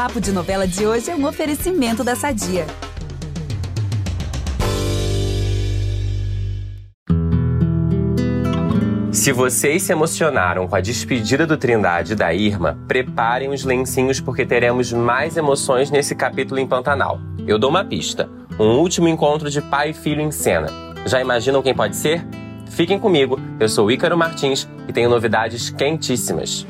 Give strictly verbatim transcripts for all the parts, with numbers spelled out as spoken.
Papo de Novela de hoje é um oferecimento da Sadia. Se vocês se emocionaram com a despedida do Trindade e da Irma, preparem os lencinhos porque teremos mais emoções nesse capítulo em Pantanal. Eu dou uma pista. Um último encontro de pai e filho em cena. Já imaginam quem pode ser? Fiquem comigo, eu sou Ícaro Martins e tenho novidades quentíssimas.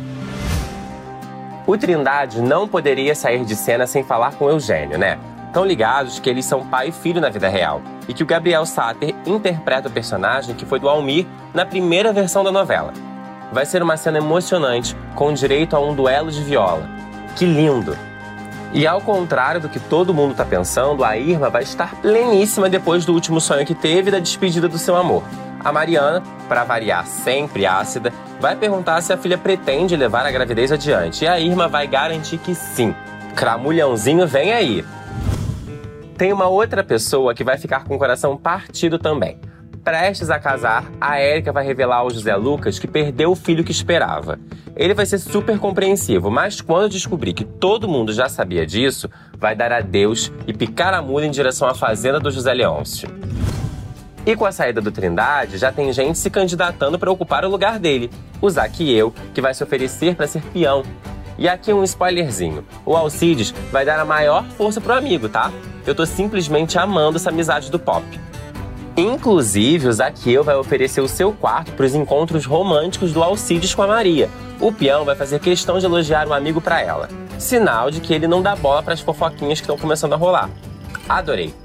O Trindade não poderia sair de cena sem falar com Eugênio, né? Tão ligados que eles são pai e filho na vida real. E que o Gabriel Sater interpreta o personagem que foi do Almir na primeira versão da novela. Vai ser uma cena emocionante, com direito a um duelo de viola. Que lindo! E ao contrário do que todo mundo tá pensando, a Irma vai estar pleníssima depois do último sonho que teve e da despedida do seu amor. A Mariana, para variar sempre ácida, vai perguntar se a filha pretende levar a gravidez adiante. E a Irma vai garantir que sim. Cramulhãozinho vem aí! Tem uma outra pessoa que vai ficar com o coração partido também. Prestes a casar, a Érica vai revelar ao José Lucas que perdeu o filho que esperava. Ele vai ser super compreensivo, mas quando descobrir que todo mundo já sabia disso, vai dar adeus e picar a mula em direção à fazenda do José Leôncio. E com a saída do Trindade, já tem gente se candidatando para ocupar o lugar dele. O Zaqueu, que vai se oferecer para ser peão. E aqui um spoilerzinho. O Alcides vai dar a maior força pro amigo, tá? Eu tô simplesmente amando essa amizade do Pop. Inclusive, o Zaqueu vai oferecer o seu quarto para os encontros românticos do Alcides com a Maria. O peão vai fazer questão de elogiar o amigo para ela. Sinal de que ele não dá bola para as fofoquinhas que estão começando a rolar. Adorei!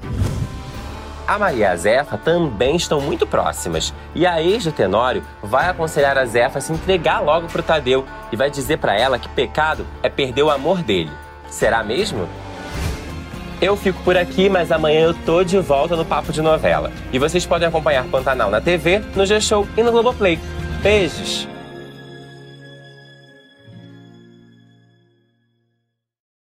A Maria e a Zefa também estão muito próximas. E a ex do Tenório vai aconselhar a Zefa a se entregar logo pro Tadeu e vai dizer pra ela que pecado é perder o amor dele. Será mesmo? Eu fico por aqui, mas amanhã eu tô de volta no Papo de Novela. E vocês podem acompanhar Pantanal na T V, no G-Show e no Globoplay. Beijos!